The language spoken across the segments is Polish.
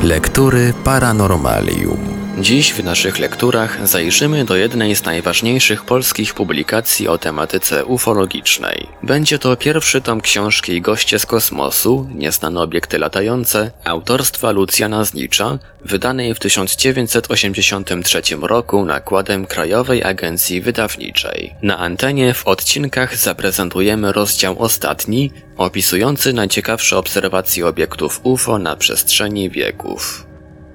Lektury Paranormalium. Dziś w naszych lekturach zajrzymy do jednej z najważniejszych polskich publikacji o tematyce ufologicznej. Będzie to pierwszy tom książki Goście z kosmosu, nieznane obiekty latające, autorstwa Lucjana Znicza, wydanej w 1983 roku nakładem Krajowej Agencji Wydawniczej. Na antenie w odcinkach zaprezentujemy rozdział ostatni, opisujący najciekawsze obserwacje obiektów UFO na przestrzeni wieków.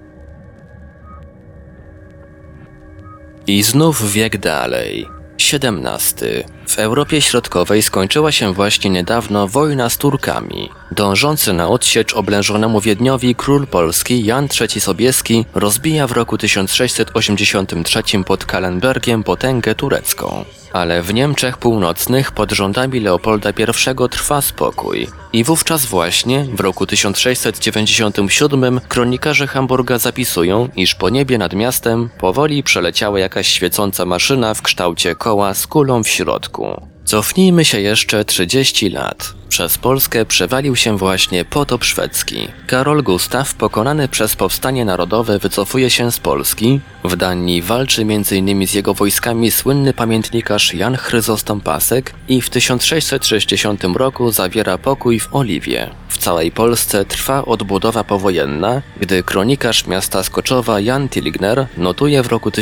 I znów wiek dalej. XVII. W Europie Środkowej skończyła się właśnie niedawno wojna z Turkami. Dążący na odsiecz oblężonemu Wiedniowi król Polski Jan III Sobieski rozbija w roku 1683 pod Kallenbergiem potęgę turecką. Ale w Niemczech Północnych pod rządami Leopolda I trwa spokój. I wówczas właśnie, w roku 1697, kronikarze Hamburga zapisują, iż po niebie nad miastem powoli przeleciała jakaś świecąca maszyna w kształcie koła z kulą w środku. Cofnijmy się jeszcze 30 lat. Przez Polskę przewalił się właśnie potop szwedzki. Karol Gustaw, pokonany przez powstanie narodowe, wycofuje się z Polski. W Danii walczy m.in. z jego wojskami słynny pamiętnikarz Jan Chryzostom Pasek i w 1660 roku zawiera pokój w Oliwie. W całej Polsce trwa odbudowa powojenna, gdy kronikarz miasta Skoczowa Jan Tilgner notuje w roku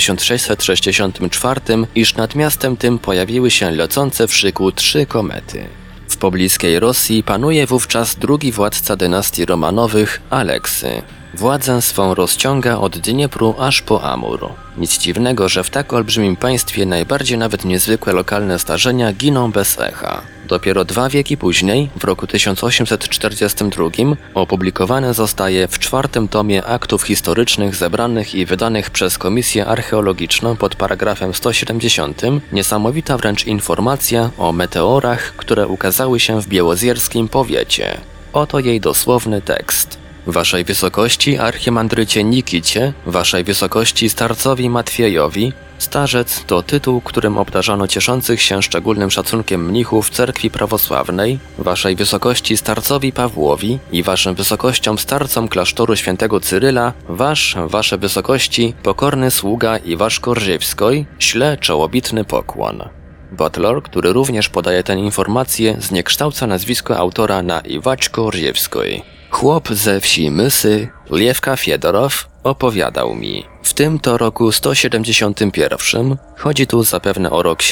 1664, iż nad miastem tym pojawiły się lecące w szyku 3 komety. W pobliskiej Rosji panuje wówczas drugi władca dynastii Romanowych, Aleksy. Władzę swą rozciąga od Dniepru aż po Amur. Nic dziwnego, że w tak olbrzymim państwie najbardziej nawet niezwykłe lokalne zdarzenia giną bez echa. Dopiero 2 wieki później, w roku 1842, opublikowane zostaje w 4. tomie aktów historycznych zebranych i wydanych przez Komisję Archeologiczną pod paragrafem 170 niesamowita wręcz informacja o meteorach, które ukazały się w białozierskim powiecie. Oto jej dosłowny tekst. Waszej wysokości archimandrycie Nikicie, waszej wysokości starcowi Matwiejowi, starzec to tytuł, którym obdarzano cieszących się szczególnym szacunkiem mnichów cerkwi prawosławnej, waszej wysokości starcowi Pawłowi i waszym wysokościom starcom klasztoru świętego Cyryla, wasze wysokości, pokorny sługa Iwaszko Rziewskoj, śle czołobitny pokłon. Butler, który również podaje tę informację, zniekształca nazwisko autora na Iwaczko Rziewskoj. Chłop ze wsi Mysy, Liewka Fiedorow, opowiadał mi. W tym to roku 171, chodzi tu zapewne o rok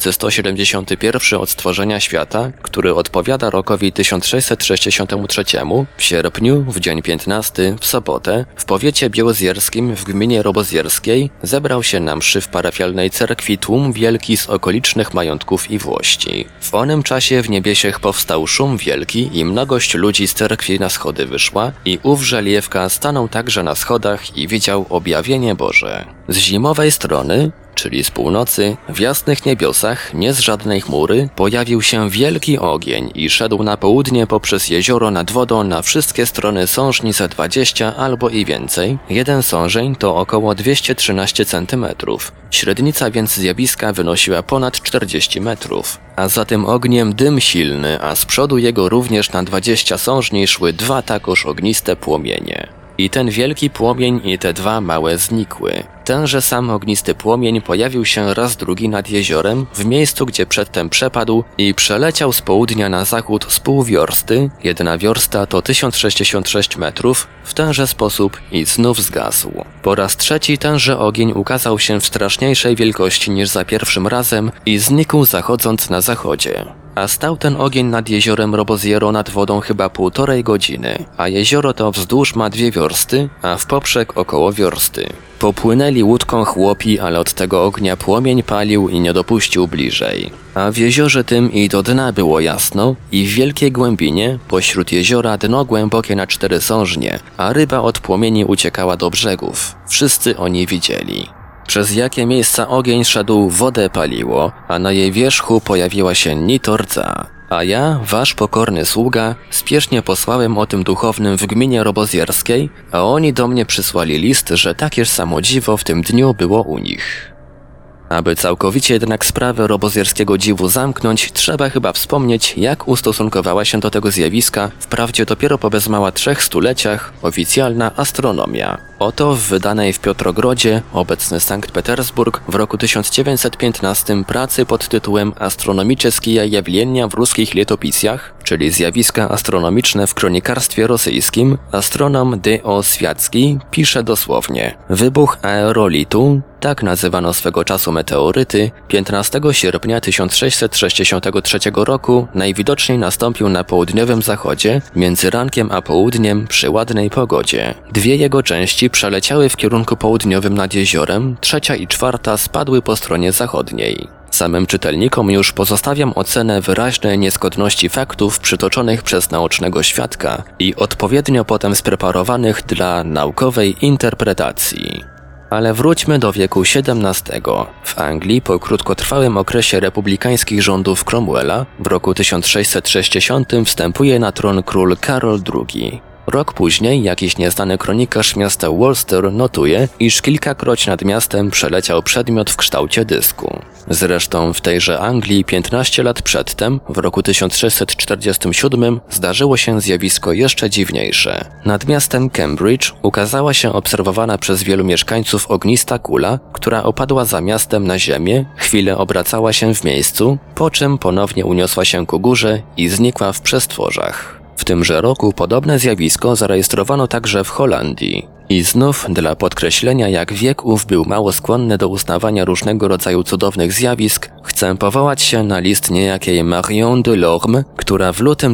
7171 od stworzenia świata, który odpowiada rokowi 1663, w sierpniu, w dzień 15, w sobotę, w powiecie białozierskim w gminie robozierskiej zebrał się na mszy w parafialnej cerkwi tłum wielki z okolicznych majątków i włości. W onym czasie w niebiesiech powstał szum wielki i mnogość ludzi z cerkwi na schody wyszła i ówże Liewka stanął także na schodach i widział objawienie Boże. Z zimowej strony, czyli z północy, w jasnych niebiosach, nie z żadnej chmury, pojawił się wielki ogień i szedł na południe poprzez jezioro nad wodą na wszystkie strony sążni ze 20 albo i więcej. Jeden sążeń to około 213 cm. Średnica więc zjawiska wynosiła ponad 40 metrów. A za tym ogniem dym silny, a z przodu jego również na 20 sążni szły 2 takoż ogniste płomienie. I ten wielki płomień i te 2 małe znikły. Tenże sam ognisty płomień pojawił się raz drugi nad jeziorem, w miejscu gdzie przedtem przepadł i przeleciał z południa na zachód z pół wiorsty, 1 wiorsta to 1066 metrów, w tenże sposób i znów zgasł. Po raz trzeci tenże ogień ukazał się w straszniejszej wielkości niż za pierwszym razem i znikł zachodząc na zachodzie. A stał ten ogień nad jeziorem Roboziero nad wodą chyba 1,5 godziny, a jezioro to wzdłuż ma 2 wiorsty, a w poprzek około wiorsty. Popłynęli łódką chłopi, ale od tego ognia płomień palił i nie dopuścił bliżej. A w jeziorze tym i do dna było jasno i w wielkiej głębinie, pośród jeziora dno głębokie na 4 sążnie, a ryba od płomieni uciekała do brzegów. Wszyscy oni widzieli. Przez jakie miejsca ogień szedł, wodę paliło, a na jej wierzchu pojawiła się nitorca. A ja, wasz pokorny sługa, spiesznie posłałem o tym duchownym w gminie robozierskiej, a oni do mnie przysłali list, że takież samo dziwo w tym dniu było u nich. Aby całkowicie jednak sprawę robozjerskiego dziwu zamknąć, trzeba chyba wspomnieć, jak ustosunkowała się do tego zjawiska, wprawdzie dopiero po bez mała 3 stuleciach, oficjalna astronomia. Oto w wydanej w Piotrogrodzie, obecny Sankt Petersburg, w roku 1915 pracy pod tytułem Astronomiczeskie jawlenia w ruskich letopicjach, czyli zjawiska astronomiczne w kronikarstwie rosyjskim, astronom D.O. Swiacki pisze dosłownie: wybuch aerolitu, tak nazywano swego czasu meteoryty, 15 sierpnia 1663 roku najwidoczniej nastąpił na południowym zachodzie, między rankiem a południem przy ładnej pogodzie. 2 jego części przeleciały w kierunku południowym nad jeziorem, 3. i 4. spadły po stronie zachodniej. Samym czytelnikom już pozostawiam ocenę wyraźnej niezgodności faktów przytoczonych przez naocznego świadka i odpowiednio potem spreparowanych dla naukowej interpretacji. Ale wróćmy do wieku XVII. W Anglii po krótkotrwałym okresie republikańskich rządów Cromwella w roku 1660 wstępuje na tron król Karol II. Rok później jakiś nieznany kronikarz miasta Worcester notuje, iż kilkakroć nad miastem przeleciał przedmiot w kształcie dysku. Zresztą w tejże Anglii 15 lat przedtem, w roku 1647, zdarzyło się zjawisko jeszcze dziwniejsze. Nad miastem Cambridge ukazała się obserwowana przez wielu mieszkańców ognista kula, która opadła za miastem na ziemię, chwilę obracała się w miejscu, po czym ponownie uniosła się ku górze i znikła w przestworzach. W tymże roku podobne zjawisko zarejestrowano także w Holandii. I znów, dla podkreślenia jak wiek ów był mało skłonny do uznawania różnego rodzaju cudownych zjawisk, chcę powołać się na list niejakiej Marion de Lorme, która w lutym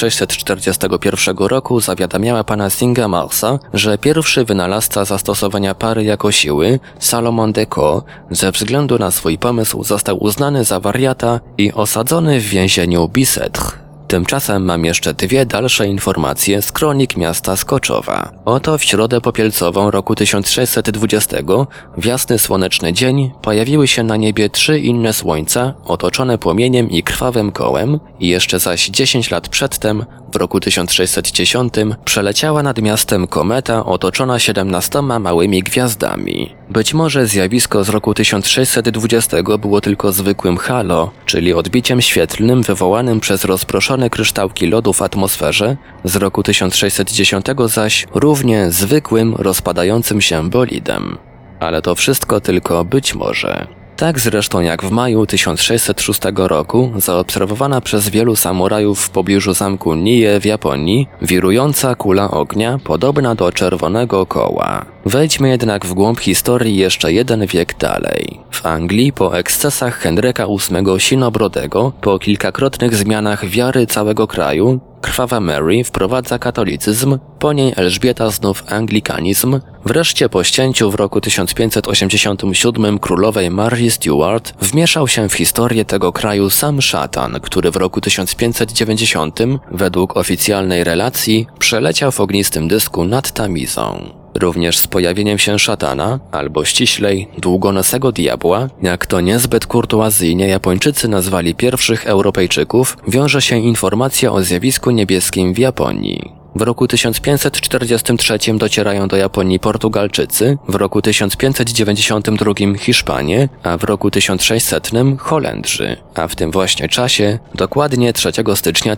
1641 roku zawiadamiała pana Singamarsa, że pierwszy wynalazca zastosowania pary jako siły, Salomon de Caen, ze względu na swój pomysł został uznany za wariata i osadzony w więzieniu Bicêtre. Tymczasem mam jeszcze 2 dalsze informacje z kronik miasta Skoczowa. Oto w środę popielcową roku 1620, w jasny słoneczny dzień, pojawiły się na niebie 3 inne słońca, otoczone płomieniem i krwawym kołem, i jeszcze zaś 10 lat przedtem, w roku 1610, przeleciała nad miastem kometa otoczona 17 małymi gwiazdami. Być może zjawisko z roku 1620 było tylko zwykłym halo, czyli odbiciem świetlnym wywołanym przez rozproszone kryształki lodu w atmosferze, z roku 1610 zaś równie zwykłym, rozpadającym się bolidem. Ale to wszystko tylko być może. Tak zresztą jak w maju 1606 roku zaobserwowana przez wielu samurajów w pobliżu zamku Nie w Japonii wirująca kula ognia podobna do czerwonego koła. Wejdźmy jednak w głąb historii jeszcze 1 wiek dalej. W Anglii po ekscesach Henryka VIII Sinobrodego, po kilkakrotnych zmianach wiary całego kraju, krwawa Mary wprowadza katolicyzm, po niej Elżbieta znów anglikanizm, wreszcie po ścięciu w roku 1587 królowej Mary Stuart wmieszał się w historię tego kraju sam szatan, który w roku 1590, według oficjalnej relacji, przeleciał w ognistym dysku nad Tamizą. Również z pojawieniem się szatana, albo ściślej, długonosego diabła, jak to niezbyt kurtuazyjnie Japończycy nazwali pierwszych Europejczyków, wiąże się informacja o zjawisku niebieskim w Japonii. W roku 1543 docierają do Japonii Portugalczycy, w roku 1592 Hiszpanie, a w roku 1600 Holendrzy. A w tym właśnie czasie, dokładnie 3 stycznia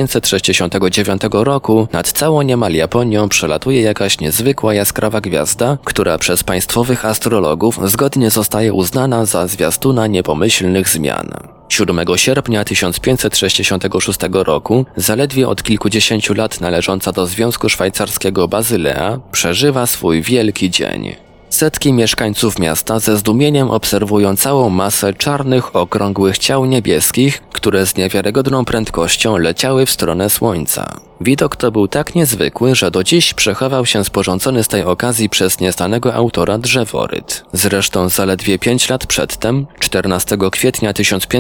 1569 roku, nad całą niemal Japonią przelatuje jakaś niezwykła jaskrawa gwiazda, która przez państwowych astrologów zgodnie zostaje uznana za zwiastuna niepomyślnych zmian. 7 sierpnia 1566 roku, zaledwie od kilkudziesięciu lat należąca do Związku Szwajcarskiego Bazylea, przeżywa swój wielki dzień. Setki mieszkańców miasta ze zdumieniem obserwują całą masę czarnych, okrągłych ciał niebieskich, które z niewiarygodną prędkością leciały w stronę Słońca. Widok to był tak niezwykły, że do dziś przechował się sporządzony z tej okazji przez nieznanego autora drzeworyt. Zresztą zaledwie 5 lat przedtem, 14 kwietnia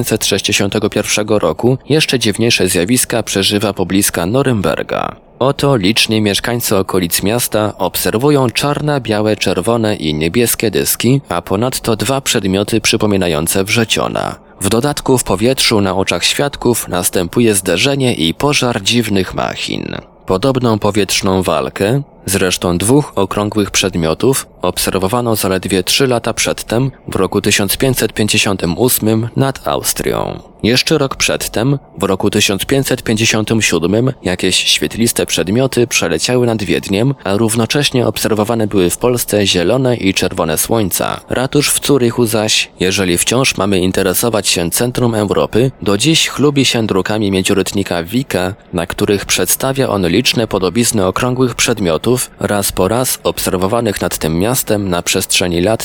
1561 roku, jeszcze dziwniejsze zjawiska przeżywa pobliska Norymberga. Oto liczni mieszkańcy okolic miasta obserwują czarne, białe, czerwone i niebieskie dyski, a ponadto 2 przedmioty przypominające wrzeciona. W dodatku w powietrzu na oczach świadków następuje zderzenie i pożar dziwnych machin. Podobną powietrzną walkę, zresztą 2 okrągłych przedmiotów, obserwowano zaledwie 3 lata przedtem, w roku 1558 nad Austrią. Jeszcze rok przedtem, w roku 1557, jakieś świetliste przedmioty przeleciały nad Wiedniem, a równocześnie obserwowane były w Polsce zielone i czerwone słońca. Ratusz w Zurychu zaś, jeżeli wciąż mamy interesować się centrum Europy, do dziś chlubi się drukami miedziorytnika Wicka, na których przedstawia on liczne podobizny okrągłych przedmiotów, raz po raz obserwowanych nad tym miastem na przestrzeni lat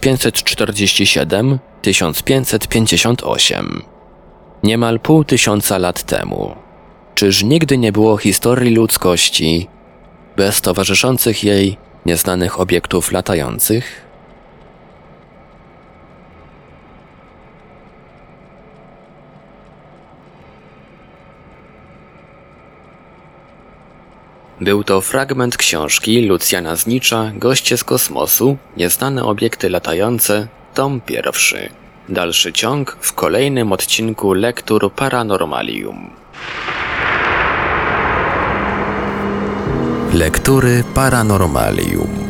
1547-1558. Niemal 500 lat temu. Czyż nigdy nie było historii ludzkości bez towarzyszących jej nieznanych obiektów latających? Był to fragment książki Lucjana Znicza Goście z kosmosu, nieznane obiekty latające, tom 1. Dalszy ciąg w kolejnym odcinku Lektur Paranormalium. Lektury Paranormalium.